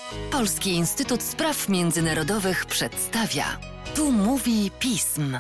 Polski Instytut Spraw Międzynarodowych przedstawia. Tu mówi pism.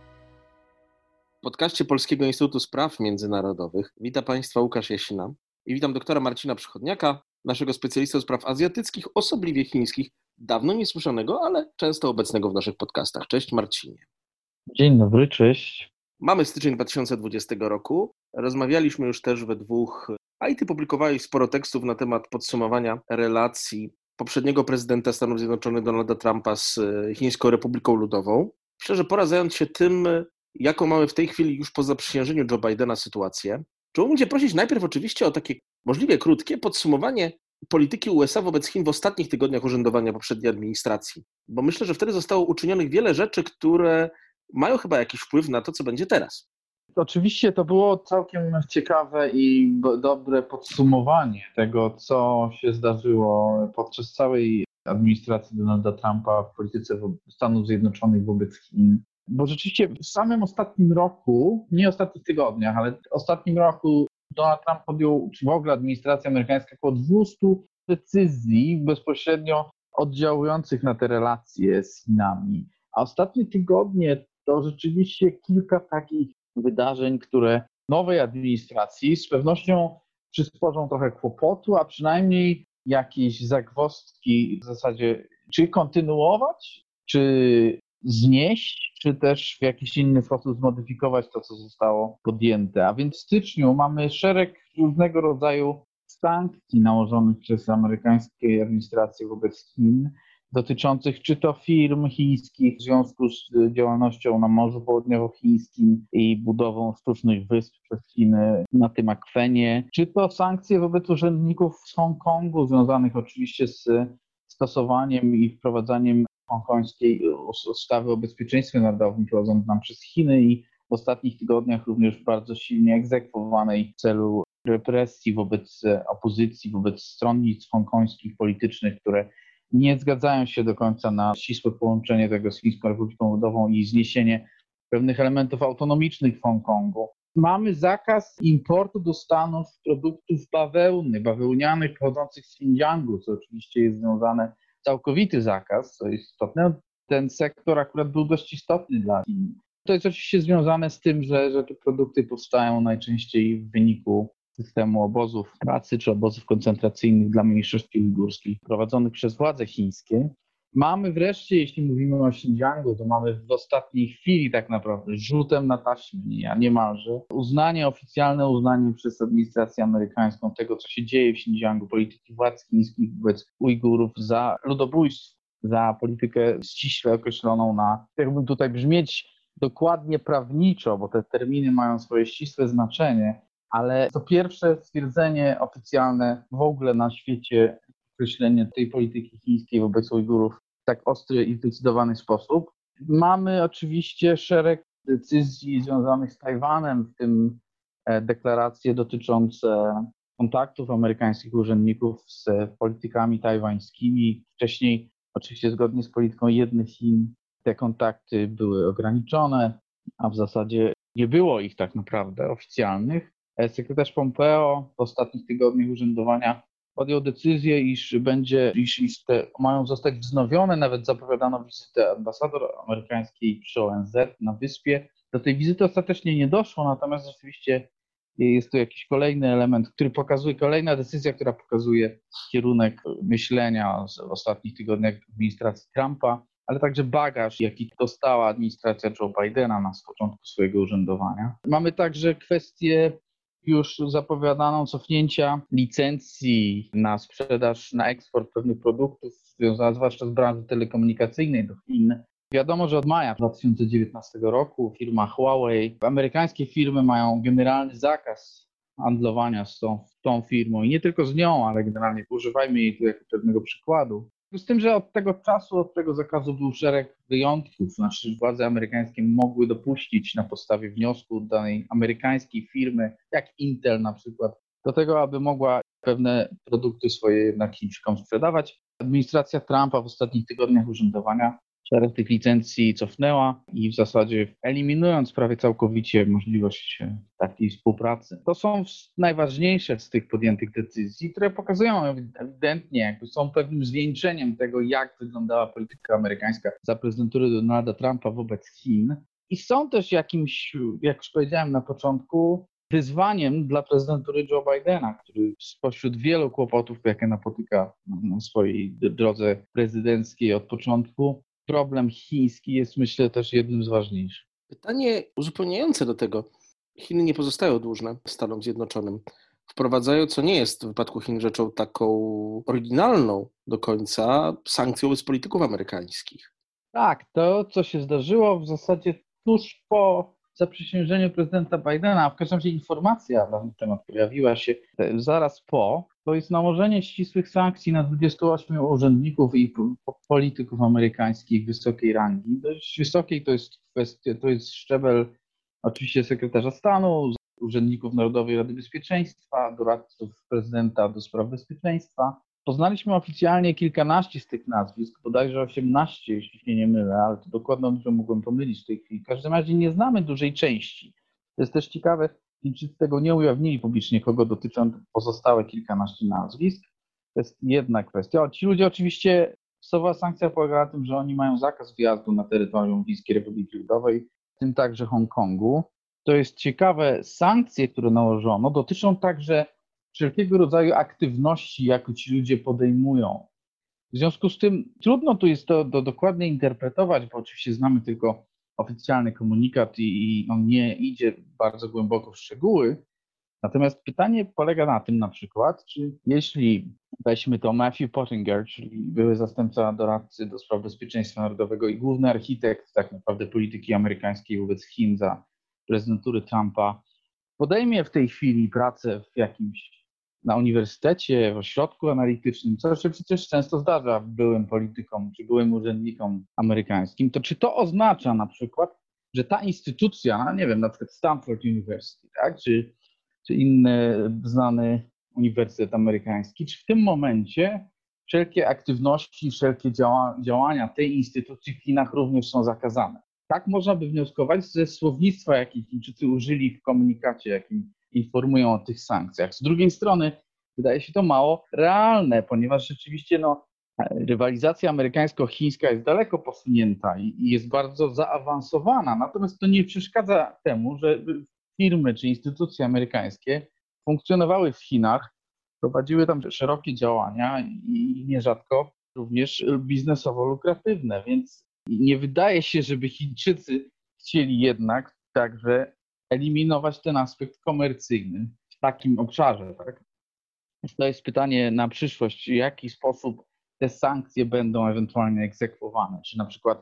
W podcaście Polskiego Instytutu Spraw Międzynarodowych witam Państwa Łukasz Jasina i witam doktora Marcina Przychodniaka, naszego specjalistę do spraw azjatyckich, osobliwie chińskich, dawno niesłyszanego, ale często obecnego w naszych podcastach. Cześć Marcinie. Dzień dobry, cześć. Mamy styczeń 2020 roku. Rozmawialiśmy już też we dwóch, a i ty publikowałeś sporo tekstów na temat podsumowania relacji poprzedniego prezydenta Stanów Zjednoczonych Donalda Trumpa z Chińską Republiką Ludową. Myślę, że pora zająć się tym, jaką mamy w tej chwili już po zaprzysiężeniu Joe Bidena sytuację. Chciałbym Cię prosić najpierw oczywiście o takie możliwie krótkie podsumowanie polityki USA wobec Chin w ostatnich tygodniach urzędowania poprzedniej administracji. Bo myślę, że wtedy zostało uczynionych wiele rzeczy, które mają chyba jakiś wpływ na to, co będzie teraz. Oczywiście to było całkiem ciekawe i dobre podsumowanie tego, co się zdarzyło podczas całej administracji Donalda Trumpa w polityce Stanów Zjednoczonych wobec Chin. Bo rzeczywiście w samym ostatnim roku, nie ostatnich tygodniach, ale w ostatnim roku Donald Trump podjął, czy w ogóle administracja amerykańska, około 200 decyzji bezpośrednio oddziałujących na te relacje z Chinami. A ostatnie tygodnie to rzeczywiście kilka takich wydarzeń, które nowej administracji z pewnością przysporzą trochę kłopotu, a przynajmniej jakieś zagwozdki w zasadzie, czy kontynuować, czy znieść, czy też w jakiś inny sposób zmodyfikować to, co zostało podjęte. A więc w styczniu mamy szereg różnego rodzaju sankcji nałożonych przez amerykańską administrację wobec Chin, dotyczących czy to firm chińskich w związku z działalnością na Morzu Południowochińskim i budową sztucznych wysp przez Chiny na tym akwenie, czy to sankcje wobec urzędników z Hongkongu związanych oczywiście z stosowaniem i wprowadzaniem hongkońskiej ustawy o bezpieczeństwie narodowym prowadzonej nam przez Chiny i w ostatnich tygodniach również bardzo silnie egzekwowanej w celu represji wobec opozycji, wobec stronnictw hongkońskich politycznych, które nie zgadzają się do końca na ścisłe połączenie tego z Chińską Republiką Ludową i zniesienie pewnych elementów autonomicznych w Hongkongu. Mamy zakaz importu do Stanów produktów bawełnianych pochodzących z Xinjiangu, co oczywiście jest związane, całkowity zakaz, co jest istotne. Ten sektor akurat był dość istotny dla Chin. To jest oczywiście związane z tym, że te produkty powstają najczęściej w wyniku systemu obozów pracy czy obozów koncentracyjnych dla mniejszości ujgurskich prowadzonych przez władze chińskie. Mamy wreszcie, jeśli mówimy o Xinjiangu, to mamy w ostatniej chwili tak naprawdę rzutem na taśmę, niemalże, oficjalne uznanie przez administrację amerykańską tego, co się dzieje w Xinjiangu, polityki władz chińskich wobec Ujgurów za ludobójstwo, za politykę ściśle określoną na, jakbym tutaj brzmieć dokładnie prawniczo, bo te terminy mają swoje ścisłe znaczenie, ale to pierwsze stwierdzenie oficjalne w ogóle na świecie, określenie tej polityki chińskiej wobec Ujgurów w tak ostry i zdecydowany sposób. Mamy oczywiście szereg decyzji związanych z Tajwanem, w tym deklaracje dotyczące kontaktów amerykańskich urzędników z politykami tajwańskimi. Wcześniej, oczywiście zgodnie z polityką jednych Chin, te kontakty były ograniczone, a w zasadzie nie było ich tak naprawdę oficjalnych. Sekretarz Pompeo w ostatnich tygodniach urzędowania podjął decyzję, iż mają zostać wznowione, nawet zapowiadano wizytę ambasador amerykańskiej przy ONZ na wyspie. Do tej wizyty ostatecznie nie doszło, natomiast rzeczywiście jest to jakiś kolejny element, kolejna decyzja, która pokazuje kierunek myślenia w ostatnich tygodniach administracji Trumpa, ale także bagaż, jaki dostała administracja Joe Bidena na początku swojego urzędowania. Mamy także kwestię już zapowiadaną cofnięcia licencji na sprzedaż, na eksport pewnych produktów związanych zwłaszcza z branży telekomunikacyjnej do Chin. Wiadomo, że od maja 2019 roku firma Huawei, amerykańskie firmy mają generalny zakaz handlowania z tą firmą i nie tylko z nią, ale generalnie używajmy jej tu jako pewnego przykładu. Z tym, że od tego czasu, od tego zakazu był szereg wyjątków. Znaczy władze amerykańskie mogły dopuścić na podstawie wniosku danej amerykańskiej firmy, jak Intel na przykład, do tego, aby mogła pewne produkty swoje jednak Chińczykom sprzedawać. Administracja Trumpa w ostatnich tygodniach urzędowania szereg tych licencji cofnęła i w zasadzie eliminując prawie całkowicie możliwość takiej współpracy. To są najważniejsze z tych podjętych decyzji, które pokazują ewidentnie, jakby są pewnym zwieńczeniem tego, jak wyglądała polityka amerykańska za prezydentury Donalda Trumpa wobec Chin. I są też jakimś, jak już powiedziałem na początku, wyzwaniem dla prezydentury Joe Bidena, który spośród wielu kłopotów, jakie napotyka na swojej drodze prezydenckiej od początku, problem chiński jest, myślę, też jednym z ważniejszych. Pytanie uzupełniające do tego. Chiny nie pozostają dłużne Stanom Zjednoczonym. Wprowadzają, co nie jest w wypadku Chin rzeczą taką oryginalną do końca, sankcje wobec polityków amerykańskich. Tak, to co się zdarzyło w zasadzie tuż po zaprzysiężeniu prezydenta Bidena, a w każdym razie informacja na ten temat pojawiła się zaraz po, to jest nałożenie ścisłych sankcji na 28 urzędników i polityków amerykańskich wysokiej rangi. Dość wysokiej to jest szczebel oczywiście sekretarza stanu, urzędników Narodowej Rady Bezpieczeństwa, doradców prezydenta do spraw bezpieczeństwa. Poznaliśmy oficjalnie kilkanaście z tych nazwisk, bodajże 18, jeśli się nie mylę, ale to dokładną liczbę mogłem pomylić w tej chwili. W każdym razie nie znamy dużej części. To jest też ciekawe, Chińczycy tego nie ujawnili publicznie, kogo dotyczą pozostałe kilkanaście nazwisk. To jest jedna kwestia. Ci ludzie oczywiście, podstawowa sankcja polega na tym, że oni mają zakaz wjazdu na terytorium Chińskiej Republiki Ludowej, w tym także Hongkongu. To jest ciekawe, sankcje, które nałożono, dotyczą także wszelkiego rodzaju aktywności, jakie ci ludzie podejmują. W związku z tym trudno tu jest to dokładnie interpretować, bo oczywiście znamy tylko oficjalny komunikat i on nie idzie bardzo głęboko w szczegóły. Natomiast pytanie polega na tym na przykład, czy jeśli weźmy to Matthew Pottinger, czyli były zastępca doradcy do spraw bezpieczeństwa narodowego i główny architekt tak naprawdę polityki amerykańskiej wobec Chin za prezydentury Trumpa, podejmie w tej chwili pracę w jakimś na uniwersytecie, w ośrodku analitycznym, co się przecież często zdarza byłym politykom czy byłym urzędnikom amerykańskim, to czy to oznacza na przykład, że ta instytucja, nie wiem, na przykład Stanford University, tak, czy inny znany uniwersytet amerykański, czy w tym momencie wszelkie aktywności, wszelkie działania tej instytucji w Chinach również są zakazane? Tak można by wnioskować ze słownictwa, jakie Chińczycy użyli w komunikacie, jakim informują o tych sankcjach. Z drugiej strony wydaje się to mało realne, ponieważ rzeczywiście rywalizacja amerykańsko-chińska jest daleko posunięta i jest bardzo zaawansowana, natomiast to nie przeszkadza temu, że firmy czy instytucje amerykańskie funkcjonowały w Chinach, prowadziły tam szerokie działania i nierzadko również biznesowo lukratywne, więc nie wydaje się, żeby Chińczycy chcieli jednak także eliminować ten aspekt komercyjny w takim obszarze. Tak? To jest pytanie na przyszłość, w jaki sposób te sankcje będą ewentualnie egzekwowane. Czy na przykład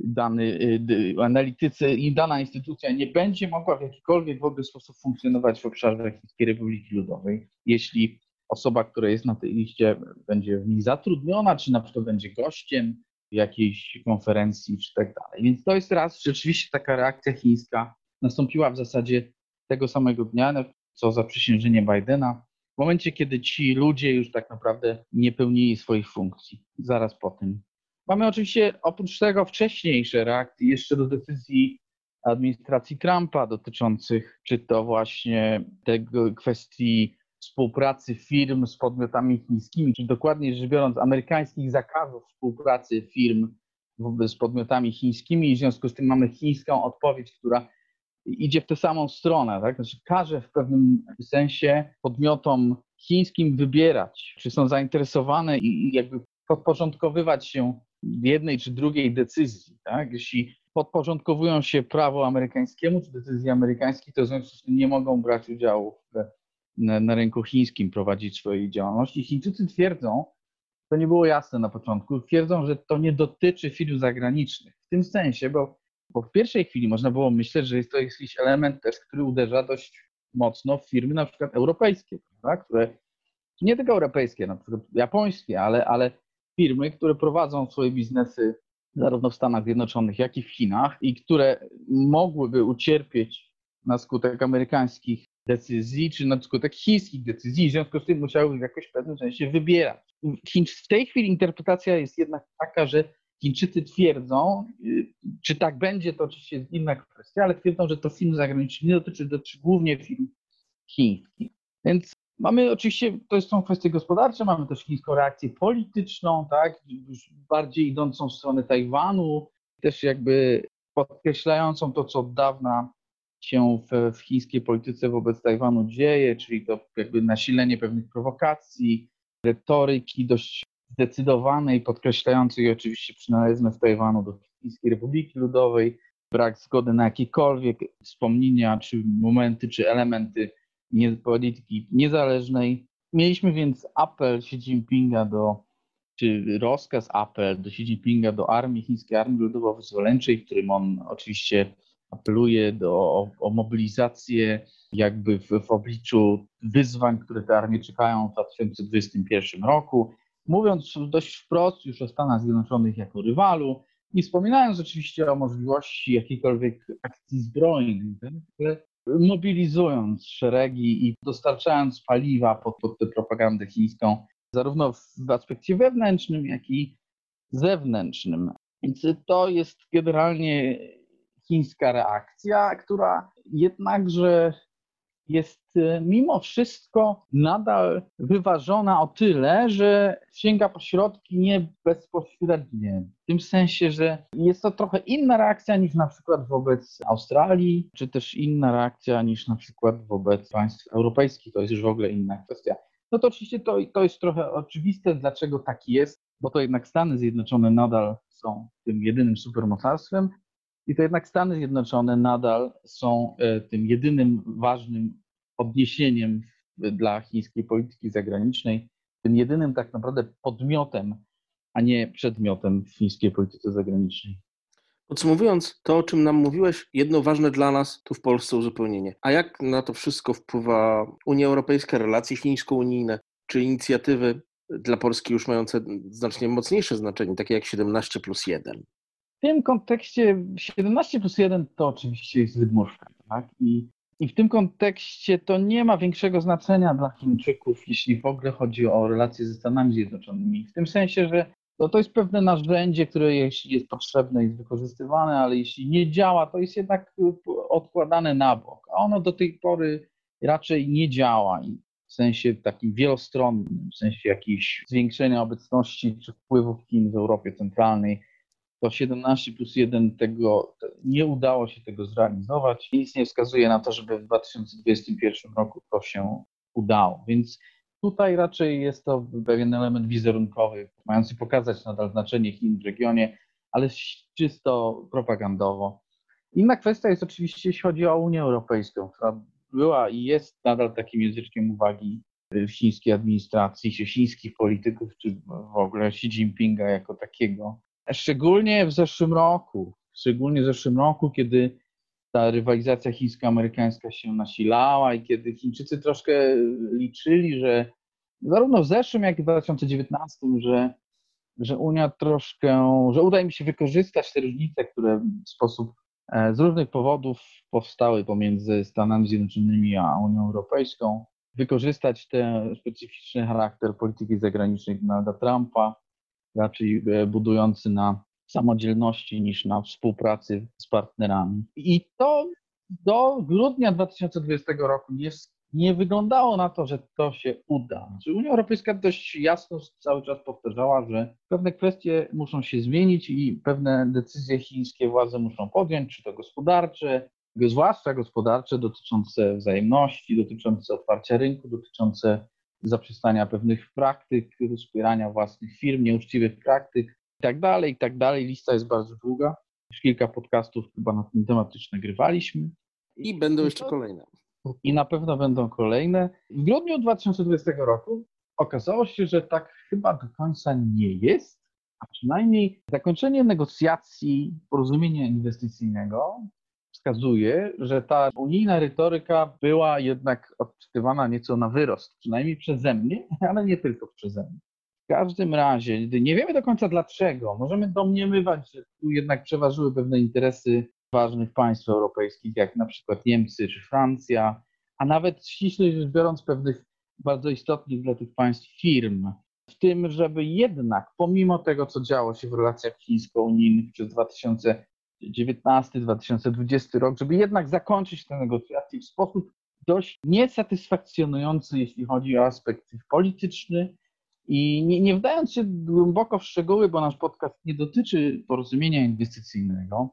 analitycy i dana instytucja nie będzie mogła w jakikolwiek w ogóle sposób funkcjonować w obszarze Chińskiej Republiki Ludowej, jeśli osoba, która jest na tej liście, będzie w nich zatrudniona, czy na przykład będzie gościem jakiejś konferencji, czy tak dalej. Więc to jest raz, rzeczywiście taka reakcja chińska nastąpiła w zasadzie tego samego dnia, co zaprzysiężenie Bidena, w momencie, kiedy ci ludzie już tak naprawdę nie pełnili swoich funkcji. Zaraz po tym. Mamy oczywiście oprócz tego wcześniejsze reakcje jeszcze do decyzji administracji Trumpa dotyczących czy to właśnie tego kwestii współpracy firm z podmiotami chińskimi, czy dokładnie rzecz biorąc amerykańskich zakazów współpracy firm z podmiotami chińskimi i w związku z tym mamy chińską odpowiedź, która idzie w tę samą stronę, tak? Znaczy każe w pewnym sensie podmiotom chińskim wybierać, czy są zainteresowane i jakby podporządkowywać się jednej czy drugiej decyzji. Tak? Jeśli podporządkowują się prawu amerykańskiemu czy decyzji amerykańskiej, to w związku z tym nie mogą brać udziału na rynku chińskim, prowadzić swojej działalności. Chińczycy twierdzą, to nie było jasne na początku, twierdzą, że to nie dotyczy firm zagranicznych. W tym sensie, bo w pierwszej chwili można było myśleć, że jest to jakiś element też, który uderza dość mocno w firmy na przykład europejskie, prawda? Które nie tylko europejskie, na przykład japońskie, ale firmy, które prowadzą swoje biznesy zarówno w Stanach Zjednoczonych, jak i w Chinach i które mogłyby ucierpieć na skutek amerykańskich decyzji, czy na skutek chińskich decyzji, w związku z tym musiały jakoś w pewnym sensie wybierać. W tej chwili interpretacja jest jednak taka, że Chińczycy twierdzą, czy tak będzie, to oczywiście jest inna kwestia, ale twierdzą, że to film zagraniczny nie dotyczy głównie film chińskich. Więc mamy oczywiście, to są kwestie gospodarcze, mamy też chińską reakcję polityczną, tak, już bardziej idącą w stronę Tajwanu, też jakby podkreślającą to, co od dawna się w chińskiej polityce wobec Tajwanu dzieje, czyli to jakby nasilenie pewnych prowokacji, retoryki dość zdecydowanej, podkreślającej oczywiście przynależność Tajwanu do Chińskiej Republiki Ludowej, brak zgody na jakiekolwiek wspomnienia, czy momenty, czy elementy polityki niezależnej. Mieliśmy więc apel Xi Jinpinga czy rozkaz, apel do Xi Jinpinga do armii, Chińskiej Armii Ludowo-Wyzwoleńczej, w którym on oczywiście apeluje o mobilizację jakby w obliczu wyzwań, które te armie czekają w 2021 roku, mówiąc dość wprost już o Stanach Zjednoczonych jako rywalu, nie wspominając oczywiście o możliwości jakiejkolwiek akcji zbrojnej, ale mobilizując szeregi i dostarczając paliwa pod tę propagandę chińską, zarówno w aspekcie wewnętrznym, jak i zewnętrznym. Więc to jest generalnie chińska reakcja, która jednakże jest mimo wszystko nadal wyważona o tyle, że sięga po środki nie bezpośrednie. W tym sensie, że jest to trochę inna reakcja niż na przykład wobec Australii, czy też inna reakcja niż na przykład wobec państw europejskich. To jest już w ogóle inna kwestia. No to oczywiście to jest trochę oczywiste, dlaczego tak jest, bo to jednak Stany Zjednoczone nadal są tym jedynym supermocarstwem, i to jednak Stany Zjednoczone nadal są tym jedynym ważnym odniesieniem dla chińskiej polityki zagranicznej, tym jedynym tak naprawdę podmiotem, a nie przedmiotem w chińskiej polityce zagranicznej. Podsumowując to, o czym nam mówiłeś, jedno ważne dla nas tu w Polsce uzupełnienie. A jak na to wszystko wpływa Unia Europejska, relacje chińsko-unijne, czy inicjatywy dla Polski już mające znacznie mocniejsze znaczenie, takie jak 17+1? W tym kontekście 17+1 to oczywiście jest wydmuszka, tak? I w tym kontekście to nie ma większego znaczenia dla Chińczyków, jeśli w ogóle chodzi o relacje ze Stanami Zjednoczonymi. W tym sensie, że to jest pewne narzędzie, które jeśli jest potrzebne, jest wykorzystywane, ale jeśli nie działa, to jest jednak odkładane na bok. A ono do tej pory raczej nie działa w sensie takim wielostronnym, w sensie jakiegoś zwiększenia obecności czy wpływów Chin w Europie Centralnej. To 17+1 nie udało się tego zrealizować. Nic nie wskazuje na to, żeby w 2021 roku to się udało. Więc tutaj raczej jest to pewien element wizerunkowy, mający pokazać nadal znaczenie Chin w regionie, ale czysto propagandowo. Inna kwestia jest oczywiście, jeśli chodzi o Unię Europejską, która była i jest nadal takim języczkiem uwagi w chińskiej administracji, czy chińskich polityków, czy w ogóle Xi Jinpinga jako takiego. Szczególnie w zeszłym roku, kiedy ta rywalizacja chińsko-amerykańska się nasilała i kiedy Chińczycy troszkę liczyli, że zarówno w zeszłym, jak i w 2019, że Unia że uda im się wykorzystać te różnice, które z różnych powodów powstały pomiędzy Stanami Zjednoczonymi a Unią Europejską, wykorzystać ten specyficzny charakter polityki zagranicznej Donalda Trumpa, raczej budujący na samodzielności niż na współpracy z partnerami. I to do grudnia 2020 roku nie wyglądało na to, że to się uda. Unia Europejska dość jasno cały czas powtarzała, że pewne kwestie muszą się zmienić i pewne decyzje chińskie władze muszą podjąć, czy to gospodarcze, zwłaszcza gospodarcze, dotyczące wzajemności, dotyczące otwarcia rynku, dotyczące zaprzestania pewnych praktyk, wspierania własnych firm, nieuczciwych praktyk i tak dalej. Lista jest bardzo długa. Już kilka podcastów chyba na ten temat też nagrywaliśmy. I będą jeszcze kolejne. I na pewno będą kolejne. W grudniu 2020 roku okazało się, że tak chyba do końca nie jest, a przynajmniej zakończenie negocjacji porozumienia inwestycyjnego wskazuje, że ta unijna retoryka była jednak odczytywana nieco na wyrost, przynajmniej przeze mnie, ale nie tylko przeze mnie. W każdym razie, nie wiemy do końca dlaczego. Możemy domniemywać, że tu jednak przeważyły pewne interesy ważnych państw europejskich, jak na przykład Niemcy czy Francja, a nawet ściśle rzecz biorąc pewnych bardzo istotnych dla tych państw firm, w tym, żeby jednak, pomimo tego, co działo się w relacjach chińsko-unijnych przez 2019-2020 rok, żeby jednak zakończyć te negocjacje w sposób dość niesatysfakcjonujący, jeśli chodzi o aspekt polityczny. I nie wdając się głęboko w szczegóły, bo nasz podcast nie dotyczy porozumienia inwestycyjnego,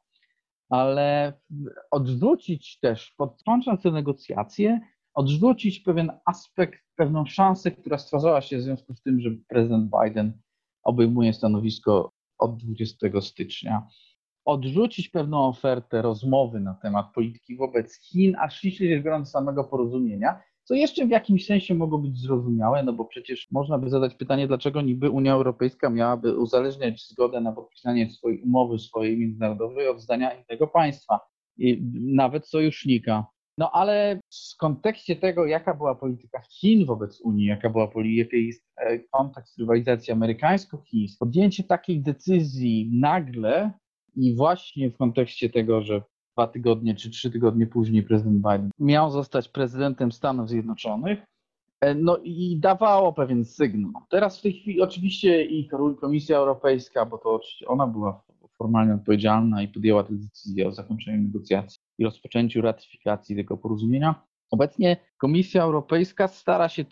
ale odrzucić też, kończąc te negocjacje, odrzucić pewien aspekt, pewną szansę, która stwarzała się w związku z tym, że prezydent Biden obejmuje stanowisko od 20 stycznia. Odrzucić pewną ofertę rozmowy na temat polityki wobec Chin, a ściśle rzecz biorąc samego porozumienia, co jeszcze w jakimś sensie mogło być zrozumiałe, no bo przecież można by zadać pytanie, dlaczego niby Unia Europejska miałaby uzależniać zgodę na podpisanie swojej umowy, swojej międzynarodowej od zdania innego państwa, nawet sojusznika. No ale w kontekście tego, jaka była polityka Chin wobec Unii, jaki jest kontekst rywalizacji amerykańsko-chińskiej, podjęcie takiej decyzji nagle i właśnie w kontekście tego, że 2 tygodnie czy 3 tygodnie później prezydent Biden miał zostać prezydentem Stanów Zjednoczonych, no i dawało pewien sygnał. Teraz w tej chwili oczywiście i Komisja Europejska, bo to oczywiście ona była formalnie odpowiedzialna i podjęła tę decyzję o zakończeniu negocjacji i rozpoczęciu ratyfikacji tego porozumienia. Obecnie Komisja Europejska stara się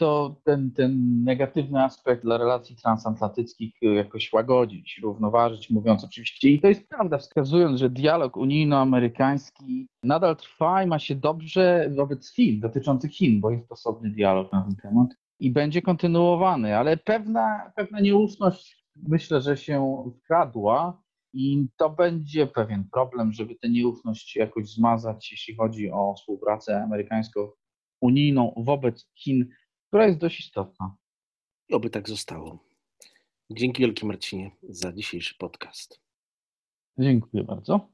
ten negatywny aspekt dla relacji transatlantyckich jakoś łagodzić, równoważyć, mówiąc oczywiście, i to jest prawda, wskazując, że dialog unijno-amerykański nadal trwa i ma się dobrze wobec Chin, dotyczących Chin, bo jest osobny dialog na ten temat i będzie kontynuowany, ale pewna nieufność myślę, że się wkradła. I to będzie pewien problem, żeby tę nieufność jakoś zmazać, jeśli chodzi o współpracę amerykańsko-unijną wobec Chin, która jest dość istotna. I oby tak zostało. Dzięki wielkie, Marcinie, za dzisiejszy podcast. Dziękuję bardzo.